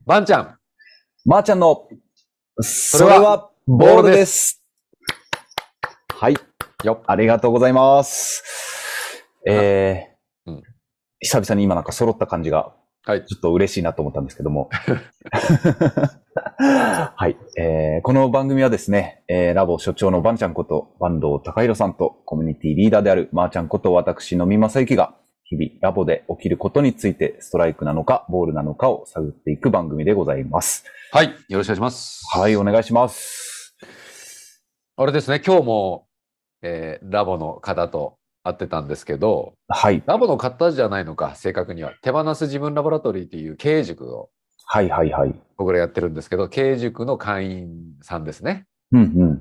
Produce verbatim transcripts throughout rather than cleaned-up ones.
バンちゃん。 まーちゃんの、それはボールです。はい。 よありがとうございます。えー、うん、久々に今なんか揃った感じが、ちょっと嬉しいなと思ったんですけども。はい、えー。この番組はですね、えー、ラボ所長のバンちゃんこと坂東隆弘さんとコミュニティリーダーであるまーちゃんこと私のみまさゆきが日々ラボで起きることについてストライクなのかボールなのかを探っていく番組でございます。 はい。よろしくお願いします。 はい、お願いします。 あれですね、今日も、えー、ラボの方と会ってたんですけど、 はい。 ラボの方じゃないのか、正確には。手放す自分ラボラトリーっていう経営塾を、 はいはいはい。 僕らやってるんですけど、経営塾の会員さんですね。 うんうん。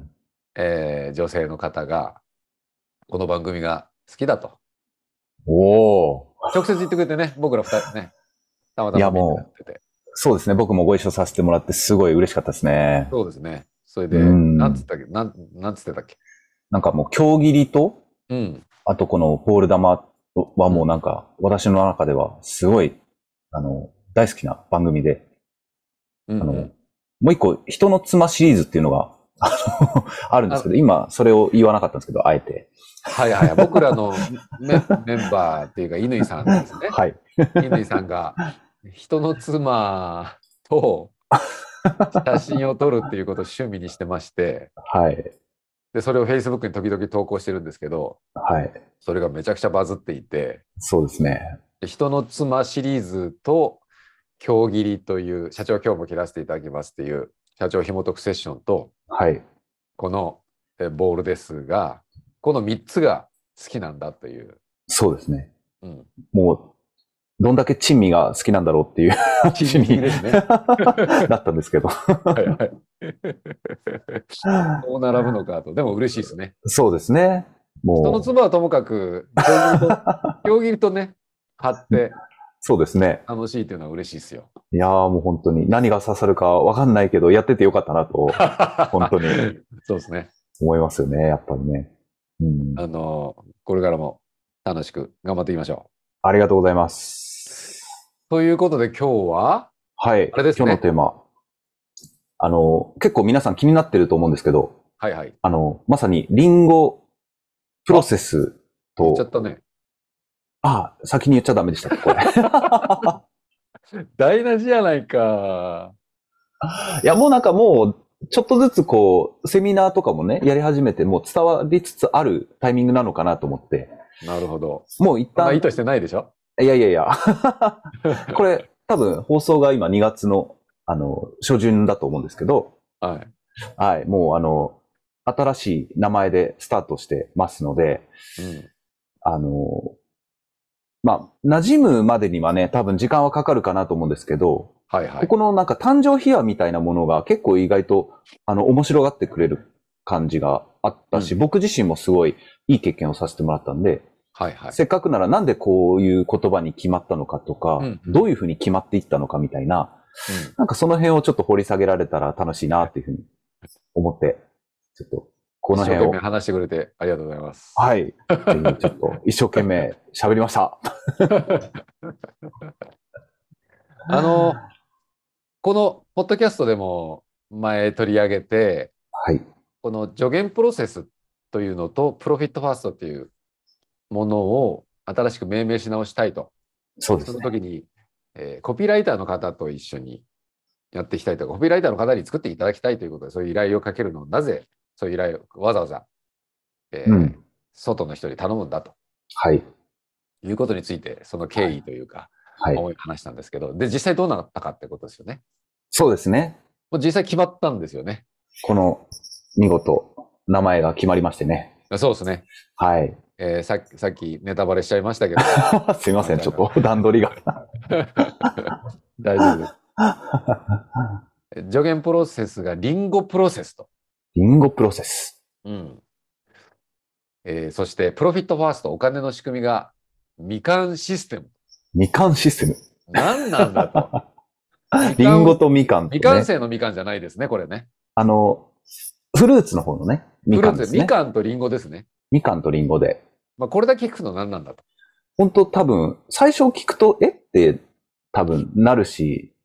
えー、女性の方が、この番組が好きだと。 おー。 直接言ってくれてね、僕ら二人ね、たまたまみんなやってて。 そうですね。僕もご一緒させてもらってすごい嬉しかったですね。 そうですね。それで、なんつったっけ、なん、なんつってたっけ。 なんかもう、競技りと、 うん。 あとこのポール玉はもうなんか、私の中ではすごい、あの、大好きな番組で、 うんうん、 あの、もう一個、人の妻シリーズっていうのが、あの、あるんですけど、今、それを言わなかったんですけど、あえて。 はいはい。僕らのメメンバーっていうか、乾さんですね。 はい。 乾さんが、人の妻と写真を撮るっていうことを趣味にしてまして、 はい。 で、それを Facebook に時々投稿してるんですけど、 はい。 それがめちゃくちゃバズっていて、 そうですね。 人の妻シリーズと、今日切りという、社長今日も切らせていただきますっていう、社長紐解くセッションと、 はい。 このボールですが、このみっつが好きなんだという。 そうですね。 うん、もう、どんだけ珍味が好きなんだろうっていう珍味ですね。 だったんですけど。はいはい。 こう並ぶのかと。でも嬉しいですね。 そうですね。 もう。人の妻はともかく、競技とね、貼って。 そうですね。 楽しいっていうのは嬉しいですよ。 いやーもう本当に何が刺さるかわかんないけど、やっててよかったなと、本当に。 そうですね。 思いますよね、やっぱりね。 うん、あの、これからも楽しく頑張っていきましょう。 ありがとうございます。 ということで今日は、 はい。 あれですね。 今日のテーマ。あの、結構皆さん気になってると思うんですけど、 はいはい。 あの、まさにリンゴプロセスと。 言っちゃったね。 あ、先に言っちゃダメでしたっけ、これ。台無しやないか。 いや、もうなんかもう、ちょっとずつこう、セミナーとかもね、やり始めて、もう伝わりつつあるタイミングなのかなと思って。 なるほど。 もう一旦。 まあ、意図してないでしょ？ いやいやいや。これ、多分放送が今にがつの、あの、初旬だと思うんですけど。 はい。 はい。もうあの、新しい名前でスタートしてますので、うん、あの、まあ、馴染むまでにはね、多分時間はかかるかなと思うんですけど、はいはい。ここのなんか誕生秘話みたいなものが結構意外と、あの、面白がってくれる感じがあったし、うん、僕自身もすごいいい経験をさせてもらったんで、はいはい。せっかくならなんでこういう言葉に決まったのかとか、うんうん、どういうふうに決まっていったのかみたいな、うん、なんかその辺をちょっと掘り下げられたら楽しいなっていうふうに思って、ちょっと、この辺を。 一生懸命話してくれてありがとうございます。 はい。ちょっと一生懸命喋りました。 あの、このポッドキャストでも前取り上げて、はい、この助言プロセスというのとプロフィットファーストっていうものを新しく命名し直したいと。そうですね。その時に、えー、コピーライターの方と一緒にやっていきたいとか、コピーライターの方に作っていただきたいということで、そういう依頼をかけるのをなぜそういう依頼をわざわざ、えーうん、外の人に頼むんだと。はい。いうことについて、その経緯というか、はい、思いを話したんですけど、で、実際どうなったかってことですよね。 そうですね。 もう実際決まったんですよね。 この、見事、名前が決まりましてね。 そうですね。はい。えー、さっき、さっきネタバレしちゃいましたけど。 すいません、ちょっと段取りが。 大丈夫です。助言プロセスがリンゴプロセスと。 リンゴプロセス。 うん。えー、そして、プロフィットファースト、お金の仕組みが、みかんシステム。 みかんシステム。 何なんだと。 リンゴとみかん、ね。 みかん生のみかんじゃないですね、これね。 あの、フルーツの方のね、みかんですね。 みかんとリンゴですね。 みかんとリンゴで。 まあ、これだけ聞くと何なんだと。 本当多分、最初聞くと、えって多分なるし、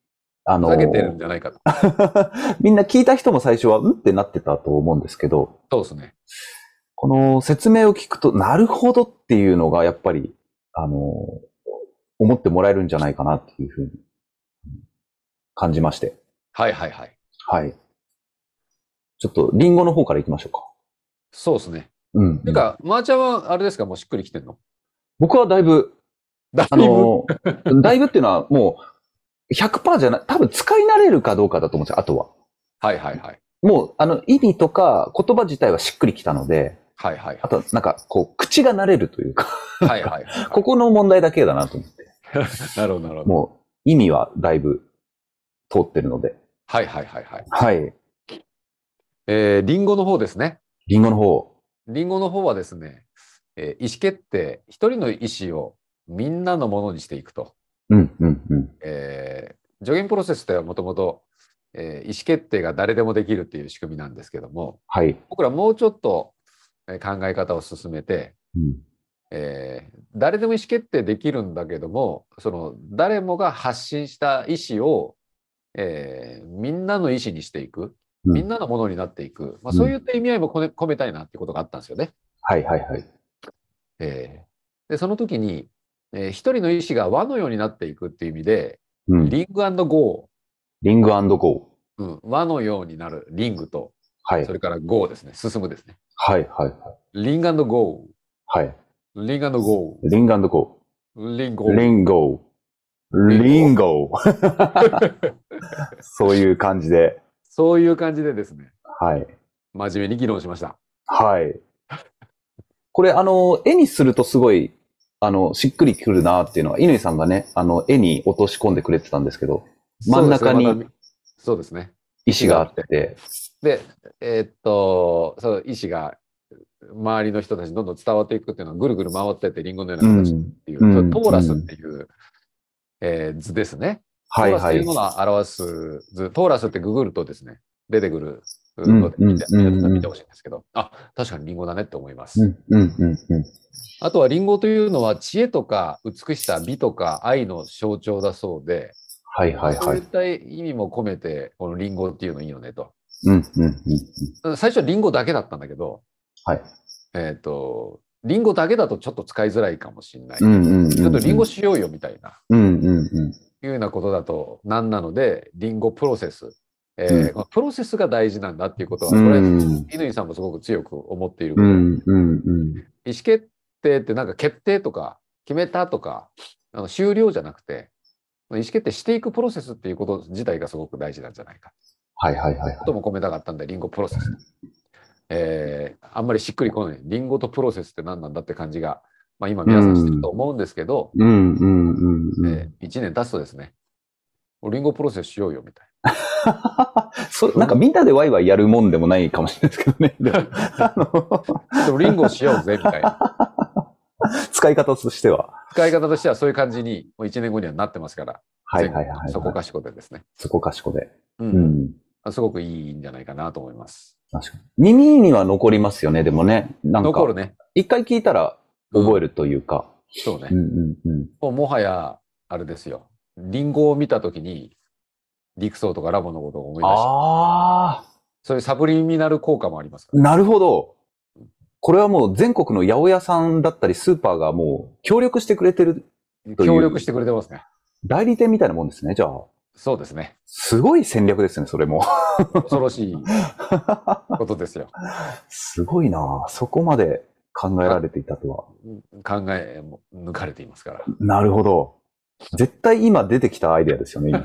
あのふざけてるんじゃないかと。 みんな聞いた人も最初は、うんってなってたと思うんですけど、 そうですね。 この説明を聞くと、なるほどっていうのが、やっぱり、あの、思ってもらえるんじゃないかなっていうふうに感じまして。 はいはいはい。 はい。ちょっと、リンゴの方から行きましょうか。 そうですね。 うん、うん。 てか、まーちゃんはあれですか、もうしっくりきてんの？ 僕はだいぶ、 だいぶあの、だいぶっていうのはもうひゃくパーセントじゃない、多分使い慣れるかどうかだと思うんですよ、あとは。 はいはいはい。 もう、あの、意味とか言葉自体はしっくりきたので、 はいはいはい。 あと、なんか、こう、口が慣れるというかはいはいはい、はい。 ここの問題だけだなと思って。 なるほどなるほど。 もう、意味はだいぶ通ってるので。 はいはいはいはい。 はい。 えー、リンゴの方ですね。 リンゴの方。 リンゴの方はですね、えー、意思決定、一人の意思をみんなのものにしていくと。 うん、うん、うん。 えー、助言プロセスではもともと、えー、意思決定が誰でもできるっていう仕組みなんですけども、 はい。 僕らもうちょっと考え方を進めて、 うんえー、誰でも意思決定できるんだけども、その誰もが発信した意思を、えー、みんなの意思にしていく、 うん、 みんなのものになっていく、まあ、 うん、 そういった意味合いも込め込めたいなっていうことがあったんですよね。 はいはいはい。 えー、でその時に、えー、一人の意思が輪のようになっていくっていう意味で、 うん、 リングゴリングゴー、うん、輪のようになるリングと、 ー。はい。 それからゴーですね、進むですね。 はいはいはい。 リングゴはい。 ー、リングゴリングゴー、リンー。リゴー、 ンゴー。 リンゴリンゴー。そういう感じで。 そういう感じでですね、 はい。 真面目に議論しました。 はい。これ、あの、絵にするとすごい、あの、しっくりくるなっていうのは、乾さんがね、あの、絵に落とし込んでくれてたんですけど、真ん中にそうですね。 石があって。 で、えー、っと、その石が周りの人たちにどんどん伝わっていくっていうのはぐるぐる回ってってリンゴのような形っていう、うん、トーラスっていう、うん、えー、図ですね。トーラスというものを表す図、トーラスってググるとですね、出てくるので見て、見てほしいんですけど、あ、確かにリンゴだねって思います。あとはリンゴというのは知恵とか美しさ、美とか愛の象徴だそうで、 はいはいはい。 そういった意味も込めて、このリンゴっていうのいいよねと。 うんうんうん、 最初はリンゴだけだったんだけど、 はい。 えっと、リンゴだけだとちょっと使いづらいかもしれない。ちょっとリンゴしようよみたいな。 うんうんうん、 いうようなことだとなんなので、リンゴプロセス。えーうん、プロセスが大事なんだっていうことは、これ、乾さんもすごく強く思っていること。うんうんうん、意思決定ってなんか決定とか決めたとか、あの終了じゃなくて、意思決定していくプロセスっていうこと自体がすごく大事なんじゃないか。 はいはいはい。 ことも込めたかったんで、リンゴプロセス。えー、あんまりしっくりこない。リンゴとプロセスって何なんだって感じが、まあ今皆さんしてると思うんですけど、いちねん経つとですね、リンゴプロセスしようよみたいな。そなんかみんなでワイワイやるもんでもないかもしれないですけどね。でも、 でもリンゴをしようぜみたいな。 使い方としては。 使い方としてはそういう感じに、もういちねんごにはなってますから。 はいはいはい、はい。 そこかしこでですね。 そこかしこで。 うん。うん、すごくいいんじゃないかなと思います。 確かに。耳には残りますよね、でもね。なんか。 残るね。 一回聞いたら覚えるというか。 うん、そうね。うんうんうん、もうもはや、あれですよ。リンゴを見たときに、リクソーとかラボのことを思い出して。ああ。そういうサブリミナル効果もありますから、 ね。なるほど。これはもう全国の八百屋さんだったりスーパーがもう協力してくれてるという。協力してくれてますね。 代理店みたいなもんですね、じゃあ。 そうですね。 すごい戦略ですね、それも。 恐ろしいことですよ。 すごいな、そこまで考えられていたとは。 考えも抜かれていますから。 なるほど。絶対今出てきたアイデアですよね、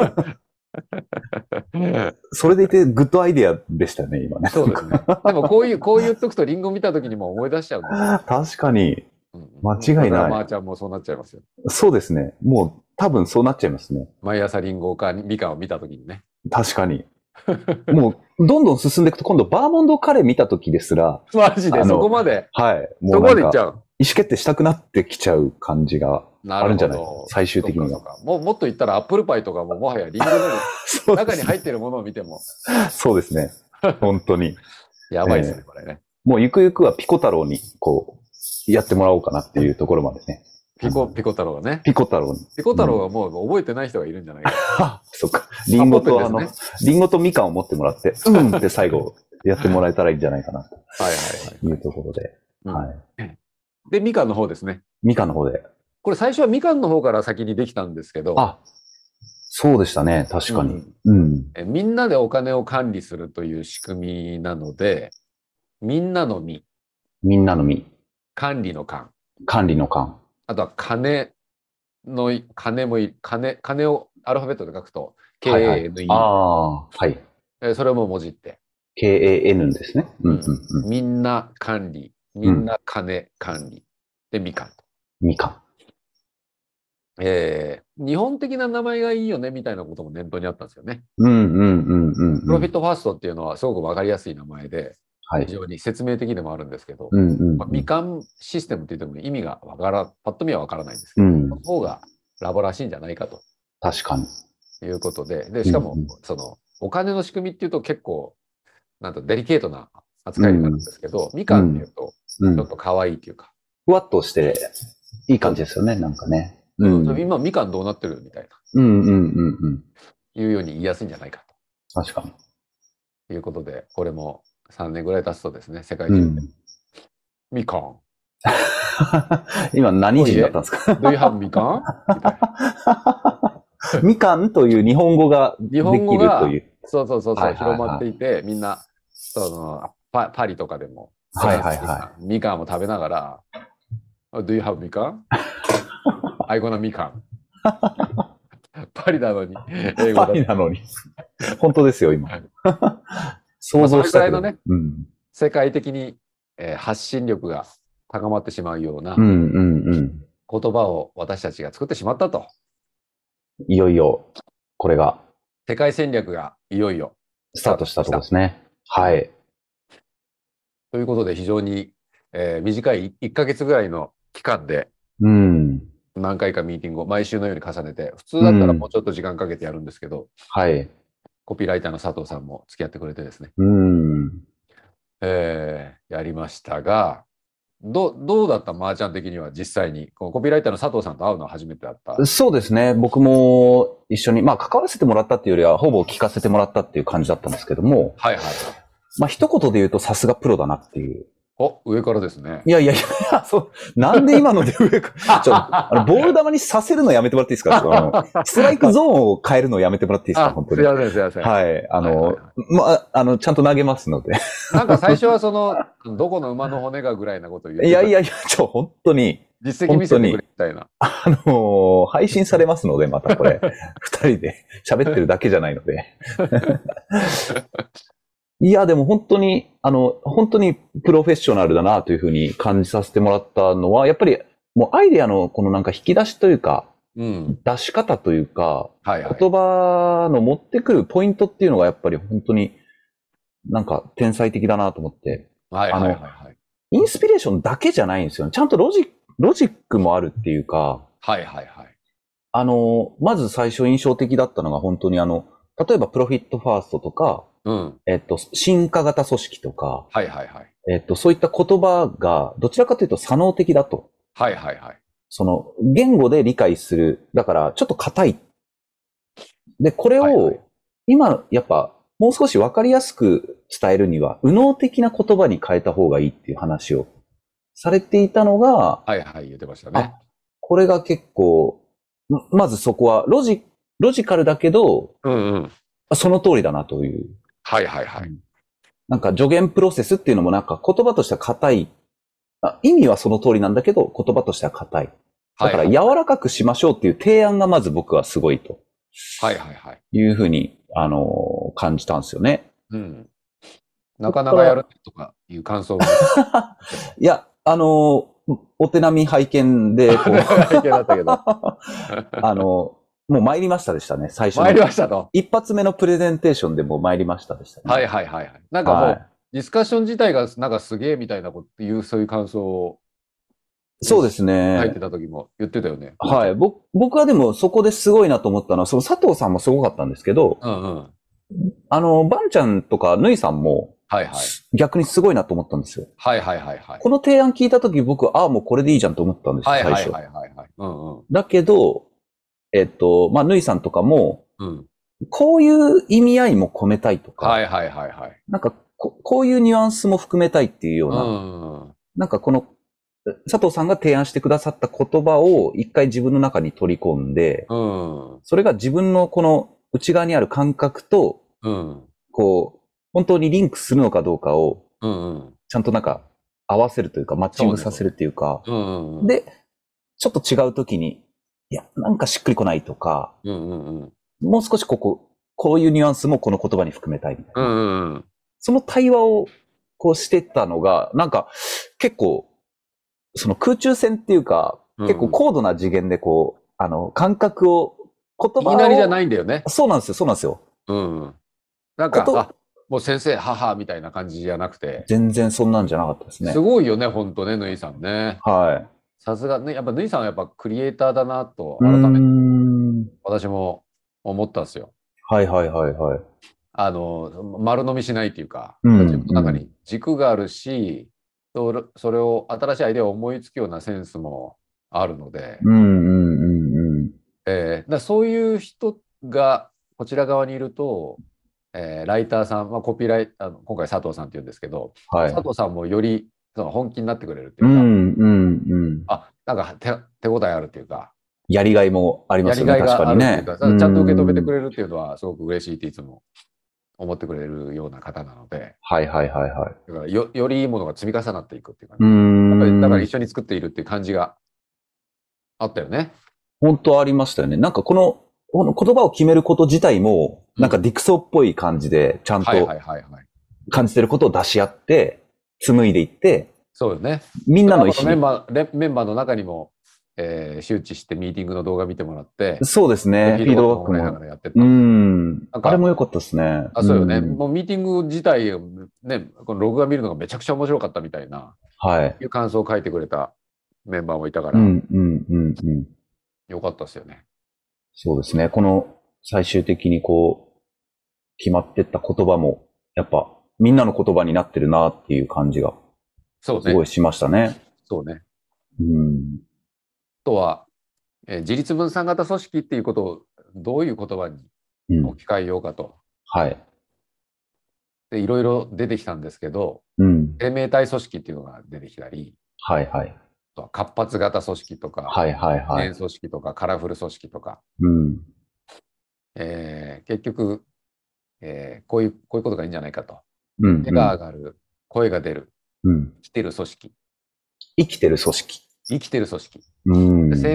それでいてグッドアイデアでしたね、今ね。 そうですね。でもこういう、こう言っとくとリンゴ見た時にも思い出しちゃうんですよ。 確かに。間違いない。 マーちゃんもそうなっちゃいますよ。 そうですね。もう多分そうなっちゃいますね。 毎朝リンゴかミカを見た時にね。 確かに。もう、どんどん進んでいくと、今度バーモンドカレー見た時ですら。 マジでそこまで。 はい。 もうそこまでいっちゃう。 意思決定したくなってきちゃう感じがあるんじゃないですか。最終的には。 もうもっと言ったらアップルパイとかももはやリンゴの中に入ってるものを見ても。 そうですね。本当に。 やばいですね、これね。 もうゆくゆくはピコ太郎に、こう、やってもらおうかなっていうところまでね。 ピコ、ピコ太郎がね。 ピコ太郎。 ピコ太郎はもう覚えてない人がいるんじゃないか。 あ、そっか。リンゴとあの、リンゴとみかんを持ってもらって、うんって最後やってもらえたらいいんじゃないかなと。はいはいはい。いうところで。はい。 で、みかんの方ですね。 みかんの方で。 これ最初はみかんの方から先にできたんですけど。 あ、そうでしたね。確かに。うん。 えみんなでお金を管理するという仕組みなので、みんなのみ。 みんなのみ。 管理の管。 管理の管。 あとは金の、金もい、金、金をアルファベットで書くと、ケーエーエヌイー。 ああ、はい。 えそれも文字って。 ケーエーエヌ ですね。 うんうんうん、みんな管理。みんな金管理。で、みかん。 みかん。 えー、日本的な名前がいいよねみたいなことも念頭にあったんですよね。 うんうんうんうん、うん。 プロフィットファーストっていうのはすごくわかりやすい名前で、はい、非常に説明的でもあるんですけど、うんうんうんまあ、みかんシステムって言っても意味がわから、パッと見はわからないんですけど、うん、その方がラボらしいんじゃないかと。 確かに。 いうことで、で、しかも、うんうん、その、お金の仕組みっていうと結構、なんとデリケートな扱いになるんですけど、うん、みかんっていうと、ちょっと可愛いっていうか。 ふわっとして、いい感じですよね、なんかね。 うん、今、みかんどうなってるみたいな。 うんうんうんうん。 いうように言いやすいんじゃないかと。確かに。 ということで、これもさんねんぐらい経つとですね、世界中で。うん、みかん。 今何人だったんですか？ どういうみかんみたいな。 みかんという日本語ができるという。日本語が、 そうそうそうそう、はいはいはい、広まっていて、みんな、そのパ、パリとかでも、 はいはいはい。 みかんを食べながら、Do you have みかんアイゴナみかん。パリなのに。 英語パリなのに。本当ですよ、今。想像したけど。 まあ、それぐらいのね、うん、世界的に、えー、発信力が高まってしまうような言葉を私たちが作ってしまったと。 いよいよ、これが。 世界戦略がいよいよスタートしたところですね。はい。 ということで、非常に、えー、短いいっかげつぐらいの期間で、 うん、 何回かミーティングを毎週のように重ねて、普通だったらもうちょっと時間かけてやるんですけど、うん、 はい。 コピーライターの佐藤さんも付き合ってくれてですね。 うん。 えー、やりましたが、ど, どうだった、まーちゃん的には実際に、このコピーライターの佐藤さんと会うのは初めてだった？ そうですね。僕も一緒に、まあ関わらせてもらったっていうよりは、ほぼ聞かせてもらったっていう感じだったんですけども。 はいはい。 まあ一言で言うとさすがプロだなっていう。 お、上からですね。 いやいやいや、そう、なんで今ので上から、ちょ、あの、ボール球にさせるのやめてもらっていいですか？あの、ストライクゾーンを変えるのやめてもらっていいですか？本当に。 すいません、すいません。 はい。あの、はいはいはい、まあ、あの、ちゃんと投げますので。 なんか最初はその、どこの馬の骨がぐらいなことを言ってた。 いやいやいや、ちょ、本当に。 実績見せてくれみたいな。 あのー、配信されますので、またこれ。二人で喋ってるだけじゃないので。いや、でも本当に、あの、本当にプロフェッショナルだなというふうに感じさせてもらったのは、やっぱり、もうアイデアのこのなんか引き出しというか、うん、出し方というか、はいはい、言葉の持ってくるポイントっていうのがやっぱり本当になんか天才的だなと思って。 はいはいはい、はい。 インスピレーションだけじゃないんですよね。ちゃんとロジック、ロジックもあるっていうか、 はいはいはい。 あの、まず最初印象的だったのが本当にあの、例えばプロフィットファーストとか、うん、えっと、進化型組織とか、 はいはいはい。 えっと、そういった言葉がどちらかというと作能的だと。 はいはいはい。 その、言語で理解する。だから、ちょっと硬い。で、これを、今、やっぱ、もう少しわかりやすく伝えるには、右脳的な言葉に変えた方がいいっていう話をされていたのが、 はいはい、言ってましたね。 これが結構、まずそこは、ロジ、ロジカルだけど、うんうん、その通りだなという。 はいはいはい。 なんか助言プロセスっていうのもなんか言葉としては硬い。意味はその通りなんだけど、言葉としては硬い。だから柔らかくしましょうっていう提案がまず僕はすごいと。 はいはいはい。 いうふうに、あのー、感じたんですよね。 うん。なかなかやるとかいう感想が。 いや、あのー、お手並み拝見で、こう。 拝見だったけど。 あのー、もう参りましたでしたね、最初の。 参りましたと。 一発目のプレゼンテーションでもう参りましたでしたね。 はいはいはい。なんかもう、はい、ディスカッション自体がなんかすげえみたいなこという、そういう感想を。 そうですね。 入ってた時も言ってたよね。 はい。僕、僕はでもそこですごいなと思ったのは、その佐藤さんもすごかったんですけど、うんうん、あの、バンちゃんとかヌイさんも、 はいはい。 逆にすごいなと思ったんですよ。 はいはいはいはい。 この提案聞いたとき僕、ああ、もうこれでいいじゃんと思ったんですよ、 はいはい最初。 はいはいはい。うんうん。 だけど、えっと、まあ、ぬいさんとかも、 うん。 こういう意味合いも込めたいとか、 はいはいはいはい。 なんかこ、こういうニュアンスも含めたいっていうよううな、 ん。 なんかこの、佐藤さんが提案してくださった言葉を一回自分の中に取り込んで、 うん。 それが自分のこの内側にある感覚と、 うん。 こう、本当にリンクするのかどうかを、 うんうん。 ちゃんとなんか合わせるというか、マッチンそうね、 グさせるそうね。 っていうか、 うんうんうん。 で、ちょっと違う時に、いや、なんかしっくりこないとか、 うんうんうん。 もう少しここ、こういうニュアンスもこの言葉に含めたいみたいうんな。 うんうん。 その対話をこうしてたのが、なんか結構、その空中戦っていうか、結構うんうん。 高度な次元でこう、あの、感覚を、言いきなりじゃ葉を、 ないんだよね。 そうなんですよ、そうなんですよ。 うんうん。なんか、 こと、 あ、もう先生、母みたいな感じじゃなくて、 全然そんなんじゃなかったですすね。 ごいよね、ほんとね、ぬいさんね。 はさすがね、やっぱぬいさんはやっぱクリエイターだなと、 い。うー改めてん。 私も思ったんですよ。 はいはいはいはい。 あの、丸飲みしないっていうか、 うん、 自分の中うん。 に軸があるし、それそれを新しいアイデアを思いつくようなセンスもあるので、 うん、うん、うん、うん。 えーだそういう人がこちら側にいると、えーライターさん、まあ、コピーライあの今回佐藤さんって言うんですけど、 はい。 佐藤さんもよりその本気になってくれるっていうか、 うん、うん、うん。 あ、なんか手、手応えあるっていうか、 やりがいもありますよね、 やりがい確かがあにね。 るっていうか、 うちゃんと受け止めてくん。 れるっていうのはすごく嬉しいっていつも思ってくれるような方なので、 はいはいはいはい。 だからよ、よりいいものが積み重なっていくっていうかうーね。やっぱりだから一ん。 緒に作っているっていう感じがあったよね。 本当ありましたよね。なんかこの、この言葉を決めること自体も、なんかうん。 ディクソっぽい感じで、ちゃんはいはいとはいはい。 感じてることを出し合って、紡いでいって、 そうよね。 みんそれはまたなの意思に。 メンバー、レメンバーの中にも、えー周知してミーティングの動画見てもらって、 そうですね。 でフィードフィードバックももらいながバックも。 らやってっうーたんで。 ん。 なんか、 あれも良かったですね。 あ、 うそうよね。 ん。 もうミーティング自体、ね、このログが見るのがめちゃくちゃ面白かったみたいな、 はい。 いう感想を書いてくれたメンバーもいたから、 うん、うん、うん、うん。 よかったですよね。 そうですね。この最終的にこう、決まってった言葉も、やっぱ、みんなの言葉になってるなっていう感じが、 そうね。 すごいしましたね。 そうね。 うん。 あとは、えー自立分散型組織っていうことをどういう言葉にうん。 置き換えようかと。 はい。 で、いろいろ出てきたんですけど、 うん。 生命体組織っていうのが出てきたり、 はいはい。 あとは活発型組織とか、 はいはい記はい。 念組織とか、カラフル組織とか、 うん。 えー結局、えーこういう、こういうことがいいんじゃないかと。 うん、 手うん。 が上がる、声が出る、 うん。 生きてる組織、 生きてる組織。 生きてる組織。 うん。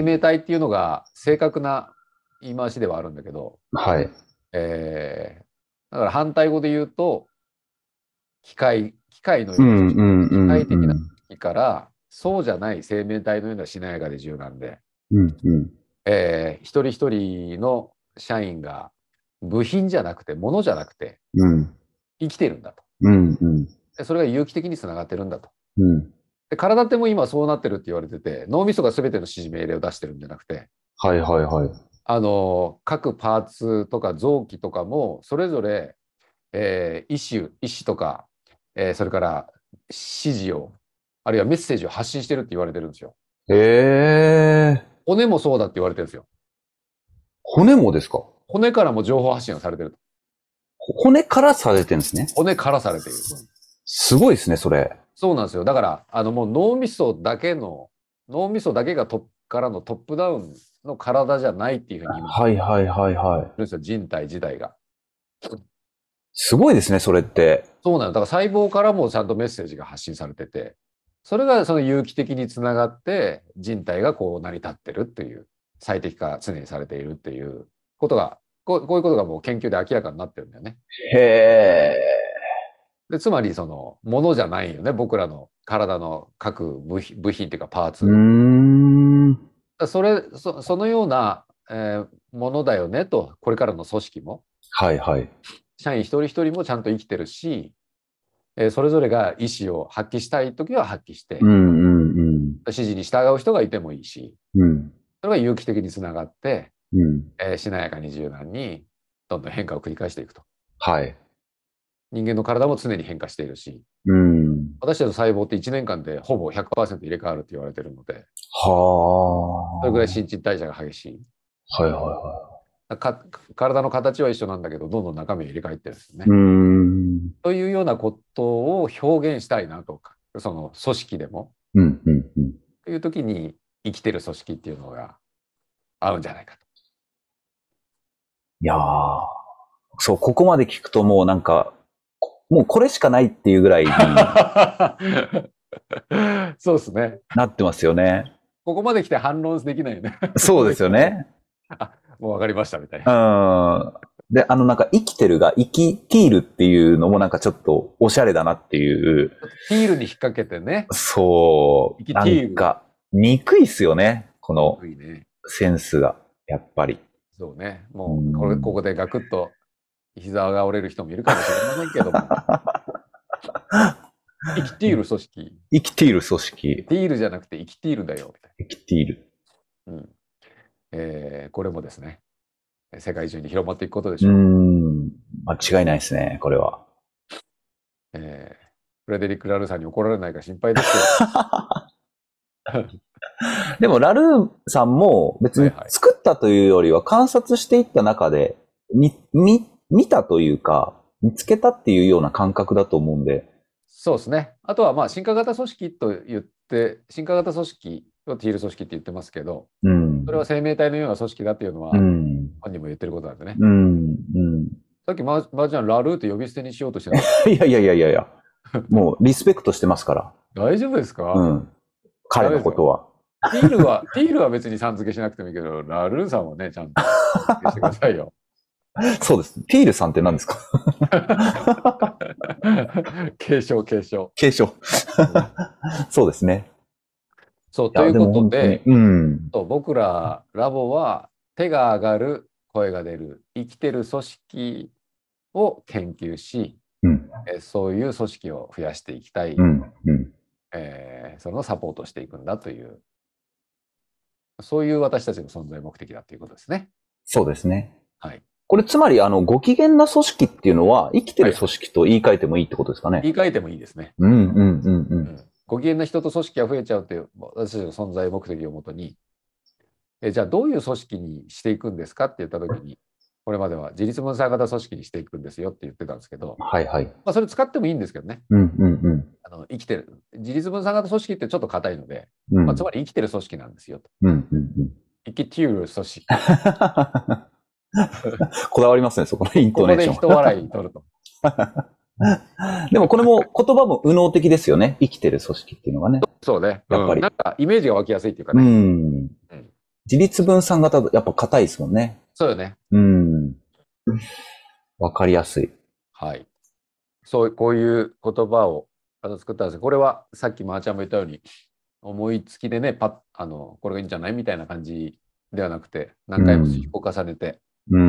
生命体っていうのが正確な言い回しではあるんだけど、 はい。 えーだから反対語で言うと、機械、機械のうん、 ような組織、 うん、うん、 機械的な組うん。 織から、そうじゃない生命体のようなしなやかで柔軟で、 うん、うん。 えー一人一人の社員が部品じゃなくて、物じゃなくて、 うん。 生きてるんだと。 うん、うん。 でそれが有機的につながってるんだと。 うん。 で体っても今そうなってるって言われてて、脳みそが全ての指示命令を出してるんじゃなくて、 はいはいはい。 あの、各パーツとか臓器とかも、それぞれ、えー、意思、意思とか、えーそれから指示を、あるいはメッセージを発信してるって言われてるんですよ。 へえ。 骨もそうだって言われてるんですよ。 骨もですか？ 骨からも情報発信がされてると。 骨からされてるんですね。 骨からされている。 すごいですね、それ。 そうなんですよ。だから、あのもう脳みそだけの、脳みそだけがトップからのトップダウンの体じゃないっていうふうに今、 はいはいはいはい。 るんですよ、人体自体が。 すごいですね、それって。 そうなの。だから細胞からもちゃんとメッセージが発信されてて、それがその有機的につながって人体がこう成り立ってるっていう、最適化常にされているっていうことが、こうこういうことがもう研究で明らかになってるんだよね。 へえ。 で、つまりそのものじゃないよね。僕らの体の各部品、部品っていうかパーうーツ。 ん。 それ、そ、そのような、えーものだよねと、これからの組織も、 はいはい。 社員一人一人もちゃんと生きてるし、えーそれぞれが意思を発揮したいときは発揮して、 うんうんうん。 指示に従う人がいてもいいし、 うん。 それが有機的につながって、 うん。 えーしなやかに柔軟にどんどん変化を繰り返していくと。 はい。 人間の体も常に変化しているし、 うん、 私たちの細胞っていちねんかんでほぼひゃくパーセント入れ替わるって言われてるので、 はそれぐらい新陳代謝が激しい。 あ。はいはいはか体の形は一緒なんだけど、どんどん中身を入れ替えてるんですよね。 い。うん。 というようなことを表現したいなとか、その組織でも、 うん、うん、うん。 という時に生きてる組織っていうのが合うんじゃないかと。 いやー、そう、ここまで聞くともうなんか、もうこれしかないっていうぐらいにそうですね。 なってますよね。 ここまで来て反論できないよね。ここそうでまで来て。 すよね。 あ、もう分かりましたみたいな。 うん。で、あのなんか生きてるが生きているっていうのもなんかちょっとおしゃれだなっていう。 ティールに引っ掛けてね。 そう。 生きなんティール。 か、憎いっすよね。このいいね。 センスが。やっぱり。 そうね。 うもう、これ、こん。 こでガクッと膝が折れる人もいるかもしれませんけども、生きている組織。 生きている組織。 ティールじゃなくて生きているだよ、みたい生きている。 な。うん。えーこれもですね、世界中に広まっていくことでうーしょん。間違いないですね、これは。 う。えーフレデリック・ラルーさんに怒られないか心配ですけど。 でも、ラルーさんも別にはいはい。 作ったというよりは観察していった中で、み、み、見たというか、見つけたっていうような感覚だと思うんで。 そうですね。あとは、まあ、進化型組織と言って、進化型組織をティール組織って言ってますけど、 うん。 それは生命体のような組織だっていうのうは、 ん。 本人も言ってることなんでね。 うん。うん。 さっきマージャン、ラルーって呼び捨てにしようとしてなかっいやいやいやいやいや。もうリスペクトしてますから。 た。大丈夫ですか？ うん。彼ダメですよ。 のことは。 ティールは、ティールは別にさん付けしなくてもいいけど、ラルーさんはね、ちゃんとさん付けしてくださいよ。 そうです。ティールさんって何ですか？ 継承、継承。 継承。そうですね。 そう、 いや、でというこも本当に。 とで、 うん。 そう僕らラボは手が上がる、声が出る、生きてる組織を研究し、 うん。 えそういう組織を増やしていきたい、 うん。うん。 えーそのサポートしていくんだという、そういう私たちの存在目的だということですね。 そうですね。 はい。 これつまり、あの、ご機嫌な組織っていうのは、生きてはいはい。 る組織と言い換えてもいいってことですかね。 言い換えてもいいですね。 うんうんうんうん。 うん。ご機嫌な人と組織が増えちゃうという私たちの存在目的をもとに、えじゃあどういう組織にしていくんですかって言ったときに、これまでは自立分散型組織にしていくんですよって言ってたんですけど、 はいはい。 まあ、それ使ってもいいんですけどね。 うんうんうん。 あの生きてる。自立分散型組織ってちょっと硬いので、まあ、つうん。 まり生きてる組織なんですよと。 うんうんうん。 生きている組織。 こだわりますね、そこのインこトネーショこで人笑い取ると。 ン。でもこれも言葉も右脳的ですよね。生きてる組織っていうのがね。 そうね。うん。 やっぱり。 なんかイメージが湧きやすいっていうかうね。 ん。 うん。 自立分散型、やっぱ硬いですもんね。 そうよね。 うん。わかりやすい。 はい。そう、こういう言葉をあの作ったんです。これはさっきまーちゃんも言ったように、思いつきでね、パッ、あの、これがいいんじゃないみたいな感じではなくて、何回も試うん。 行重ねて、 うん。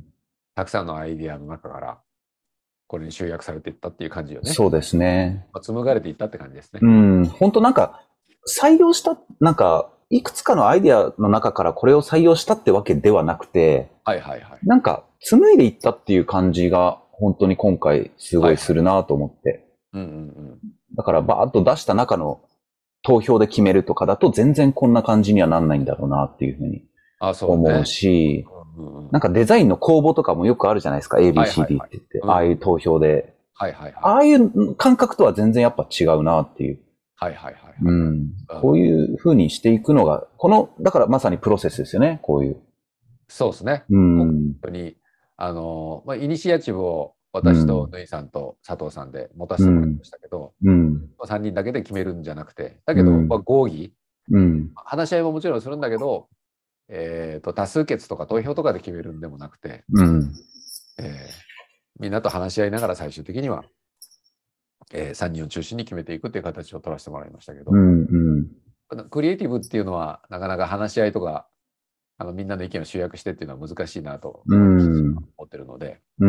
たくさんのアイディアの中から、これに集約されていったっていう感じよね。 そうですね。 まあ、紡がれていったって感じですね。 うん。本当なんか、採用した、なんか、いくつかのアイデアの中からこれを採用したってわけではなくて、 はいはいはい。 なんか、紡いでいったっていう感じが、本当に今回すごいはいはい。 するなと思って。 うんうんうん。 だから、バーッと出した中の投票で決めるとかだと全然こんな感じにはなんないんだろうなっていうふうにあ、そう思うね。 し、 うんうんうん。 なんかデザインの公募とかもよくあるじゃないですか。 はいはいエービーシーディー っはい。 て言って、 うん。 ああいう投票で。 はいはいはい。 ああいう感覚とは全然やっぱ違うなっていう。 はいはいはいはい。 うん。 うん、 こういう風にしていくのが、この、だからまさにプロセスですよね。こういう。 そうですね。 う本ん。 当に、あの、まあ、イニシアチブをうん。 私とぬいさんと佐藤さんで持たせてもらいうん。 ましたけど、 うん。 さんにんだけで決めるんじゃなくて、だけど、まあ、 うん。 合議、 うん。 話し合いももちろんするんだけど、えーと、多数決とか投票とかで決めるんでもなくて、 うん。 えーみんなと話し合いながら最終的には、えー、さんにんを中心に決めていくっていう形を取らせてもらいましたけど、 うん。うん。 クリエイティブっていうのはなかなか話し合いとか、あのみんなの意見を集約してっていうのは難しいなとう私たちはん。 思ってるので、 うん。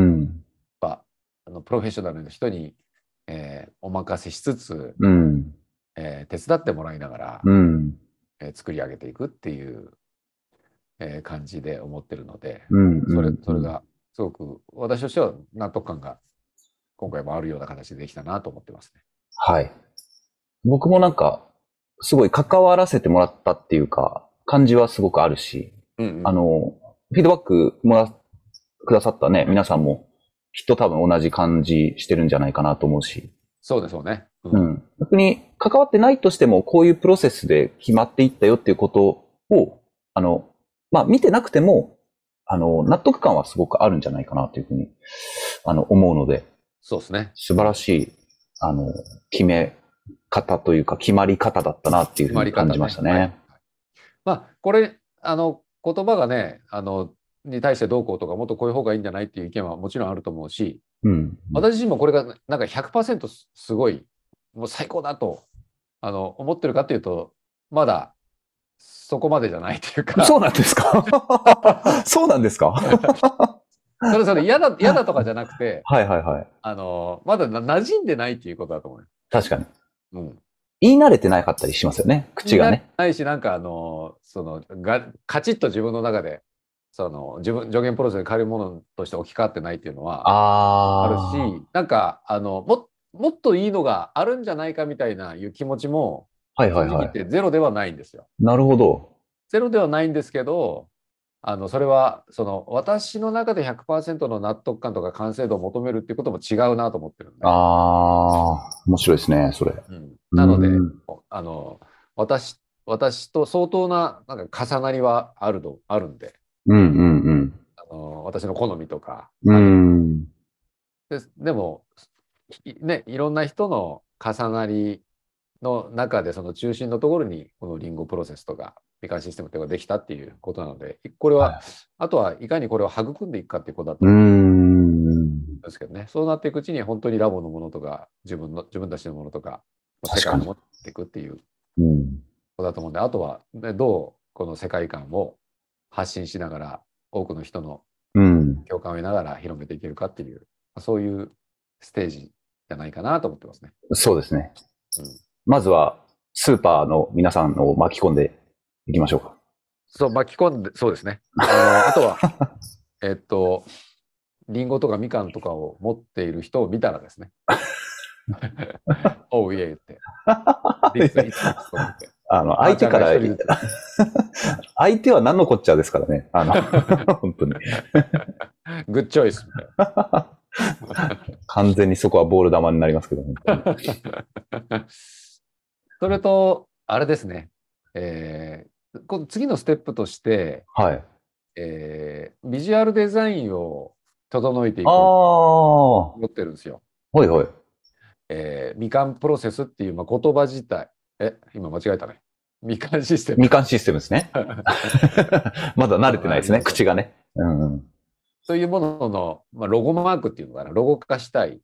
やっぱあのプロフェッショナルの人に、えーお任せしつつ、 うん。 えー手伝ってもらいながら、 うん。 えー作り上げていくっていう、えー感じで思ってるので、 うん。 それ、 うん。 それがすごく私としては納得感が今回もあるような形でできたなと思ってますね。 はい。僕もなんか、すごい関わらせてもらったっていうか、感じはすごくあるし、うんうん、あの、フィードバックもら、くださったね、皆さんも、きっと多分同じ感じしてるんじゃないかなと思うし。 そうですよね。 うん。うん、逆に、関わってないとしても、こういうプロセスで決まっていったよっていうことを、あの、まあ、見てなくても、あの、納得感はすごくあるんじゃないかなというふうに、あの、思うので。 そうですね。 素晴らしい、あの、決め方というか、決まり方だったなっていうふうに感じましたね。ねはい、 まあ、これ、あの、言葉がね、あの、に対してどうこうとか、もっとこういう方がいいんじゃないっていう意見はもちろんあると思うし、うん、私自身もこれがなんか ひゃくパーセント すごい、もう最高だと、あの、思ってるかっていうと、まだそこまでじゃないというか。 そうなんですかそうなんですかそれそれ嫌だ、嫌だとかじゃなくて、 はいはいはい。 あの、まだ馴染んでないっていうことだと思う。 確かに。うん。言い慣れてなかったりしますよね、口がね。 言い慣れないし、なんかあの、その、が、カチッと自分の中で、その、自分、助言プロセスに変えるものとして置き換わってないっていうのは、あるし、なんか、あの、も、もっといいのがあるんじゃないかみたいないう気持ちも、 はいはいはい。 正直言ってゼロではないんですよ。 なるほど。 ゼロではないんですけど、あの、それは、その、私の中で ひゃくパーセント の納得感とか完成度を求めるっていうことも違うなと思ってるんで。 ああ、面白いですね、それ。 うん、なので、あの、私、私と相当な、なんか重なりはあるの、あるんで。うんうんうん。あの、私の好みとか。うん。で、でも、ね、いろんな人の重なりの中で、その中心のところに、このリンゴプロセスとか、みかんシステムというのができたっていうことなので、これは、はい、あとはいかにこれを育んでいくかっていうことだと思うんですけどね。そうなっていくうちに、本当にラボのものとか、自分の、自分たちのものとか、世界を持っていくっていうことだと思うんで、あとは、ね、どうこの世界観を発信しながら、多くの人の共感を得ながら広めていけるかっていう、そういうステージじゃないかなと思ってますね。 そうですね。うん、まずは、スーパーの皆さんを巻き込んでいきましょうか。 そう、巻き込んで、そうですね。あの、あとは、えっと、リンゴとかみかんとかを持っている人を見たらですね。おういえ言って。 あの、相手から、相手は何のこっちゃですからね。あの、本当に。 グッチョイスみたいな。 完全にそこはボール球になりますけど、 それと、あれですね。えー、この次のステップとして、 はい。 えー、ビジュアルデザインを整えていこうと思ってるんですよ。 はいはい。 えー、みかんプロセスっていう、まあ、言葉自体。え、今間違えたね。みかんシステム。 みかんシステムですね。まだ慣れてないですね、口がね。うん、 そういうものの、まあ、ロゴマークっていうのかな、ロゴ化したい。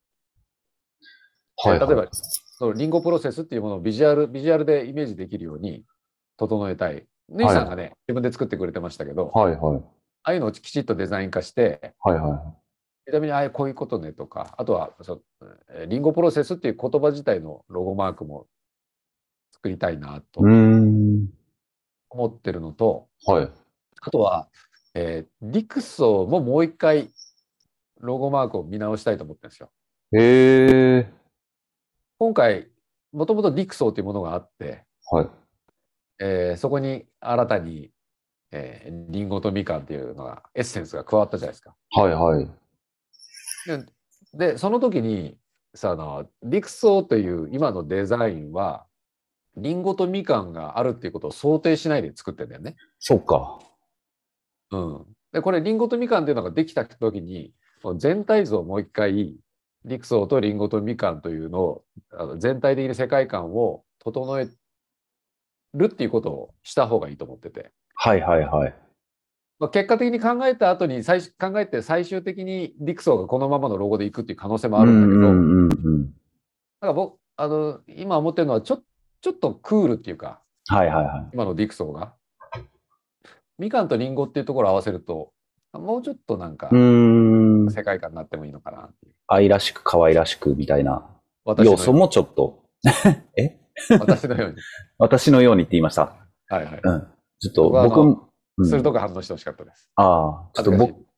はいはい、例えば、そのリンゴプロセスっていうものをビジュアル、ビジュアルでイメージできるように整えたい。ネイさんがね、はい、自分で作ってくれてましたけど、はいはい、ああいうのをきちっとデザイン化して、はいはい、ちなみにああいうこういうことねとか、あとはそリンゴプロセスっていう言葉自体のロゴマークも作りたいなと思ってるのと、はい、あとは、えー、ディクソももう一回ロゴマークを見直したいと思ってるんですよ。へー。今回、もともとディクソーというものがあって、はいえー、そこに新たに、えー、リンゴとみかんっていうのが、エッセンスが加わったじゃないですか。はいはい。で、でその時に、さあの、ディクソーという今のデザインは、リンゴとみかんがあるっていうことを想定しないで作ってるんだよね。 そうか。 うん。で、これ、リンゴとみかんっていうのができた時に、全体像をもう一回、ディクソーとリンゴとみかんというのを、あの全体的に世界観を整えるっていうことをした方がいいと思ってて。はいはいはい。まあ、結果的に考えた後に最考えて最終的にディクソーがこのままのロゴでいくっていう可能性もあるんだけど、うんうんうん、だから僕あの今思ってるのはちょちょっとクールっていうか、はいはいはい、今のディクソーがみかんとリンゴっていうところを合わせるともうちょっとなんか世界観になってもいいのかなっていう。 愛らしく可愛らしくみたいな要素もちょっとえ私のように私のようにって言いました。はいはい。うん。ちょっと僕も、 うん、鋭く反応してほしかったです。 ああ、ちょっと僕、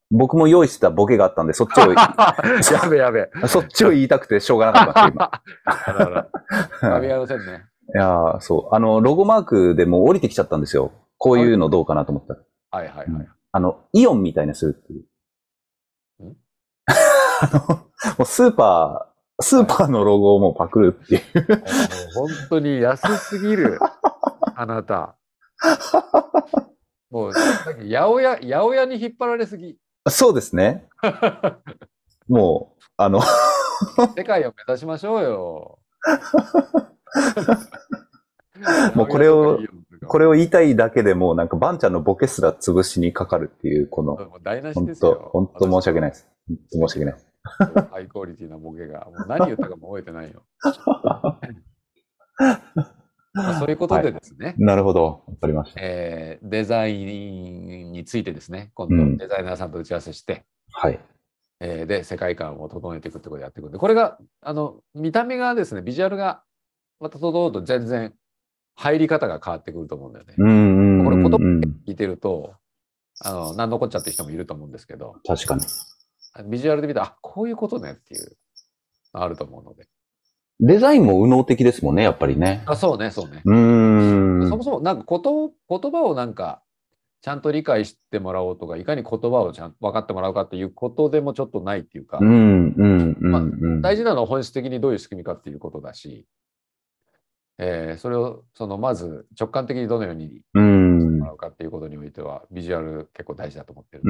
僕も用意してたボケがあったんで、そっちを、 やべやべ。 そっちを言いたくてしょうがなかったんですよ、 今。あらら。噛み合いませんね。 いやそう。あの、ロゴマークでもう降りてきちゃったんですよ。こういうのどうかなと思ったら。 はいはいはい。うん、 あの、イオンみたいなするっていう。んあの、もうスーパー、スーパーのロゴをもうパクるっていう。もう本当に安すぎる。あなた。もう、さっき、八百屋、八百屋に引っ張られすぎ。 そうですね。もう、あの世界を目指しましょうよ。 もうこれを、これを言いたいだけでもうなんかバンちゃんのボケすら潰しにかかるっていう、この、本当本当申し訳ないです。本当申し訳ないです。 ハイクオリティなボケが、もう何言ったかも覚えてないよ。まあ、そういうことでですね。はい、 なるほど。わかりました。 えー、デザインについてですね、今度デザイナーさんと打ち合わせして、うん、 はい。 えー、で、世界観を整えていくってことをやっていくんで、これが、あの、見た目がですね、ビジュアルがまた整うと全然入り方が変わってくると思うんだよね。 うんうんうんうん、 これ言葉聞いてると、あの、何のこっちゃって人もいると思うんですけど。 確かに。 ビジュアルで見たら、あ、こういうことねっていう、あると思うので。 デザインも右脳的ですもんね、やっぱりね。 あ、そうね、そうね。 うーん。 そもそも、なんかこと、言葉をなんか、ちゃんと理解してもらおうとか、いかに言葉をちゃんと分かってもらうかっていうことでもちょっとないっていうか、 うん、うん、うん、まあ。 大事なのは本質的にどういう仕組みかっていうことだし、えー、それを、その、まず直感的にどのようにしてもらうかっていうことにおいては、ビジュアル結構大事だと思ってる。 うん、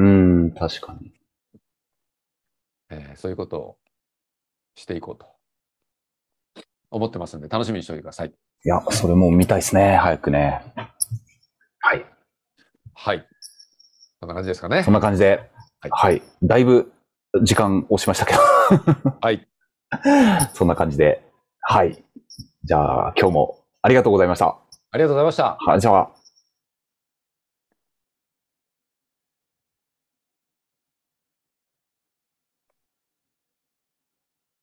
確かに。 えー、そういうことをしていこうと思ってますので、楽しみにしておいてください。 いや、それも見たいですね、早くね。はい。 はい。そんな感じですかね。 そんな感じで。はい。はい、だいぶ時間押しましたけど。 はい。 そんな感じで。はい。じゃあ、今日もありがとうございました。 ありがとうございました。 はい、じゃあ。